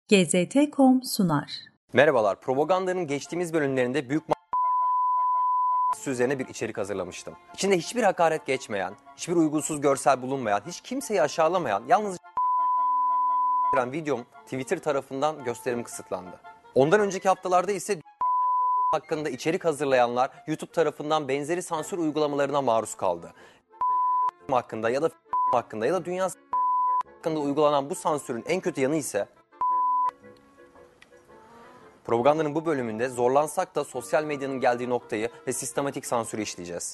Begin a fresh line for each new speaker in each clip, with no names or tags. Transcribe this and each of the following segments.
GZT.com sunar.
Merhabalar, Propaganda'nın geçtiğimiz bölümlerinde büyük üzerine bir içerik hazırlamıştım. İçinde hiçbir hakaret geçmeyen, hiçbir uygunsuz görsel bulunmayan, hiç kimseyi aşağılamayan, yalnız videom Twitter tarafından gösterim kısıtlandı. Ondan önceki haftalarda ise hakkında içerik hazırlayanlar YouTube tarafından benzeri sansür uygulamalarına maruz kaldı. Hakkında ya da dünya hakkında uygulanan bu sansürün en kötü yanı ise Propaganda'nın bu bölümünde zorlansak da sosyal medyanın geldiği noktayı ve sistematik sansürü işleyeceğiz.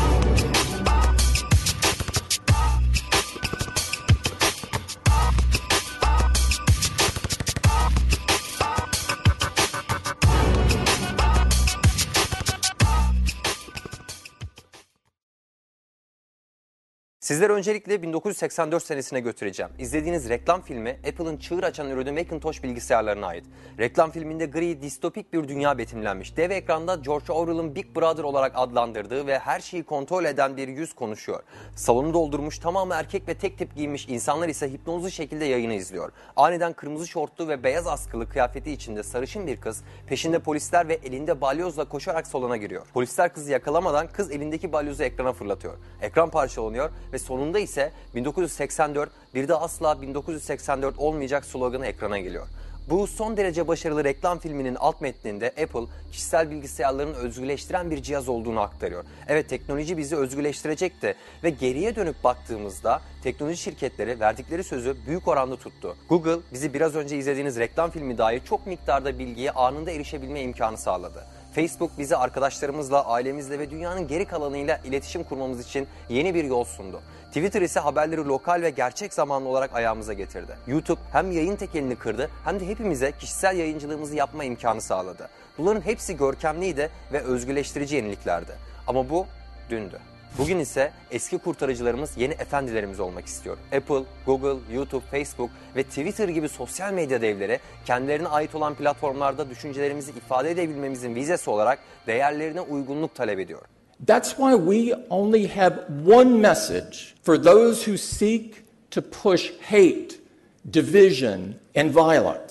Sizleri öncelikle 1984 senesine götüreceğim. İzlediğiniz reklam filmi Apple'ın çığır açan ürünü Macintosh bilgisayarlarına ait. Reklam filminde gri, distopik bir dünya betimlenmiş. Dev ekranda George Orwell'ın Big Brother olarak adlandırdığı ve her şeyi kontrol eden bir yüz konuşuyor. Salonu doldurmuş, tamamı erkek ve tek tip giymiş insanlar ise hipnozlu şekilde yayını izliyor. Aniden kırmızı şortlu ve beyaz askılı kıyafeti içinde sarışın bir kız, peşinde polisler ve elinde balyozla koşarak salona giriyor. Polisler kızı yakalamadan kız elindeki balyozu ekrana fırlatıyor. Ekran parçalanıyor ve sonunda ise 1984 bir de asla 1984 olmayacak sloganı ekrana geliyor. Bu son derece başarılı reklam filminin alt metninde Apple, kişisel bilgisayarların özgürleştiren bir cihaz olduğunu aktarıyor. Evet, teknoloji bizi özgürleştirecekti ve geriye dönüp baktığımızda teknoloji şirketleri verdikleri sözü büyük oranda tuttu. Google, bizi biraz önce izlediğiniz reklam filmi dair çok miktarda bilgiye anında erişebilme imkanı sağladı. Facebook bizi arkadaşlarımızla, ailemizle ve dünyanın geri kalanıyla iletişim kurmamız için yeni bir yol sundu. Twitter ise haberleri lokal ve gerçek zamanlı olarak ayağımıza getirdi. YouTube hem yayın tekelini kırdı hem de hepimize kişisel yayıncılığımızı yapma imkanı sağladı. Bunların hepsi görkemliydi ve özgürleştirici yeniliklerdi. Ama bu dündü. Bugün ise eski kurtarıcılarımız yeni efendilerimiz olmak istiyor. Apple, Google, YouTube, Facebook ve Twitter gibi sosyal medya devleri kendilerine ait olan platformlarda düşüncelerimizi ifade edebilmemizin vizesi olarak değerlerine uygunluk talep ediyor.
That's why we only have one message for those who seek to push hate, division, and violence.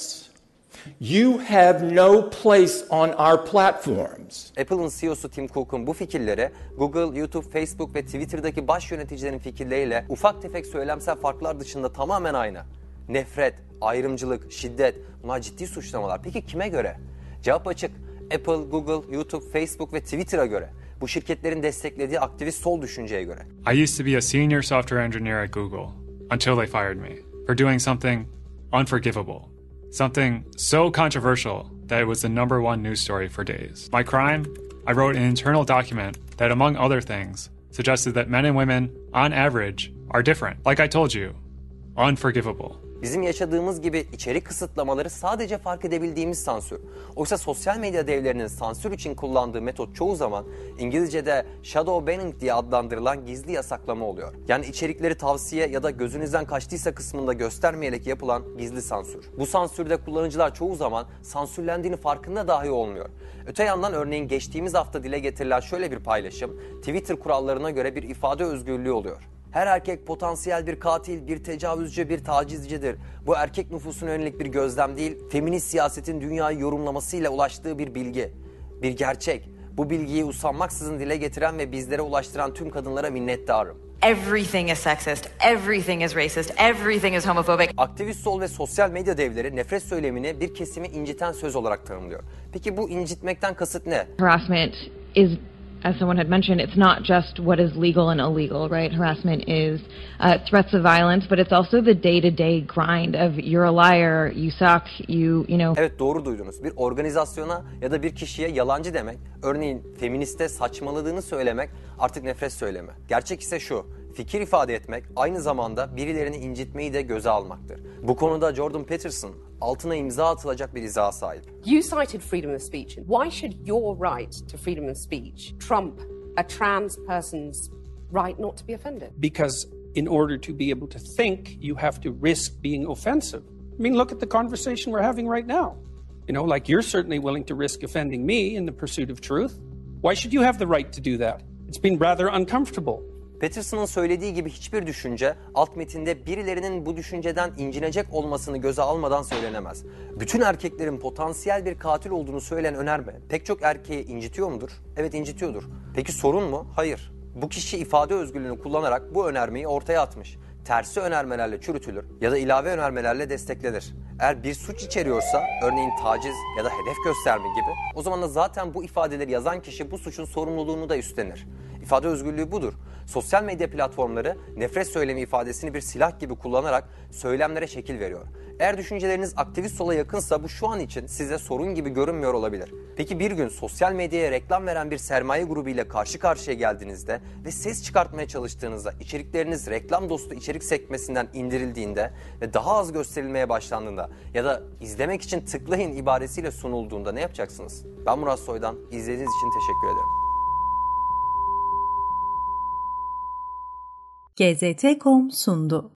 You have no place on our platforms.
Apple'ın CEO'su Tim Cook'un bu fikirleri Google, YouTube, Facebook ve Twitter'daki baş yöneticilerin fikirleriyle ufak tefek söylemsel farklar dışında tamamen aynı. Nefret, ayrımcılık, şiddet, bunlar ciddi suçlamalar. Peki kime göre? Cevap açık. Apple, Google, YouTube, Facebook ve Twitter'a göre. Bu şirketlerin desteklediği aktivist sol düşünceye göre.
I used to be a senior software engineer at Google until they fired me for doing something unforgivable. Something so controversial that it was the number one news story for days. My crime? I wrote an internal document that, among other things, suggested that men and women, on average, are different. Like I told you, unforgivable.
Bizim yaşadığımız gibi içerik kısıtlamaları sadece fark edebildiğimiz sansür. Oysa sosyal medya devlerinin sansür için kullandığı metot çoğu zaman İngilizce'de shadow banning diye adlandırılan gizli yasaklama oluyor. Yani içerikleri tavsiye ya da gözünüzden kaçtıysa kısmında göstermeyerek yapılan gizli sansür. Bu sansürde kullanıcılar çoğu zaman sansürlendiğini farkında dahi olmuyor. Öte yandan örneğin geçtiğimiz hafta dile getirilen şöyle bir paylaşım Twitter kurallarına göre bir ifade özgürlüğü oluyor. Her erkek potansiyel bir katil, bir tecavüzcü, bir tacizcidir. Bu erkek nüfusuna yönelik bir gözlem değil, feminist siyasetin dünyayı yorumlamasıyla ulaştığı bir bilgi, bir gerçek. Bu bilgiyi usanmaksızın dile getiren ve bizlere ulaştıran tüm kadınlara minnettarım.
Everything is sexist, everything is racist, everything is homophobic.
Aktivist sol ve sosyal medya devleri nefret söylemini bir kesimi inciten söz olarak tanımlıyor. Peki bu incitmekten kasıt ne?
Harassment is, as someone had mentioned, it's not just what is legal and illegal, right? Harassment is threats of violence, but it's also the day-to-day grind of you're a liar, you suck, you know.
Evet, doğru duydunuz. Bir organizasyona ya da bir kişiye yalancı demek, örneğin feministe saçmaladığını söylemek artık nefret söylemi. Gerçek ise şu, fikir ifade etmek aynı zamanda birilerini incitmeyi de göze almaktır. Bu konuda Jordan Peterson altına imza atılacak bir izaha sahip.
You cited freedom of speech. Why should your right to freedom of speech trump a trans person's right not to be offended?
Because in order to be able to think, you have to risk being offensive. I mean, look at the conversation we're having right now. You know, like you're certainly willing to risk offending me in the pursuit of truth. Why should you have the right to do that? It's been rather uncomfortable.
Peterson'ın söylediği gibi hiçbir düşünce alt metinde birilerinin bu düşünceden incinecek olmasını göze almadan söylenemez. Bütün erkeklerin potansiyel bir katil olduğunu söyleyen önerme pek çok erkeği incitiyor mudur? Evet, incitiyordur. Peki sorun mu? Hayır. Bu kişi ifade özgürlüğünü kullanarak bu önermeyi ortaya atmış. Tersi önermelerle çürütülür ya da ilave önermelerle desteklenir. Eğer bir suç içeriyorsa, örneğin taciz ya da hedef gösterme gibi, o zaman da zaten bu ifadeleri yazan kişi bu suçun sorumluluğunu da üstlenir. İfade özgürlüğü budur. Sosyal medya platformları nefret söylemi ifadesini bir silah gibi kullanarak söylemlere şekil veriyor. Eğer düşünceleriniz aktivist sola yakınsa bu şu an için size sorun gibi görünmüyor olabilir. Peki bir gün sosyal medyaya reklam veren bir sermaye grubu ile karşı karşıya geldiğinizde ve ses çıkartmaya çalıştığınızda içerikleriniz reklam dostu içerik sekmesinden indirildiğinde ve daha az gösterilmeye başlandığında ya da izlemek için tıklayın ibaresiyle sunulduğunda ne yapacaksınız? Ben Murat Soydan, izlediğiniz için teşekkür ederim.
GZT.com sundu.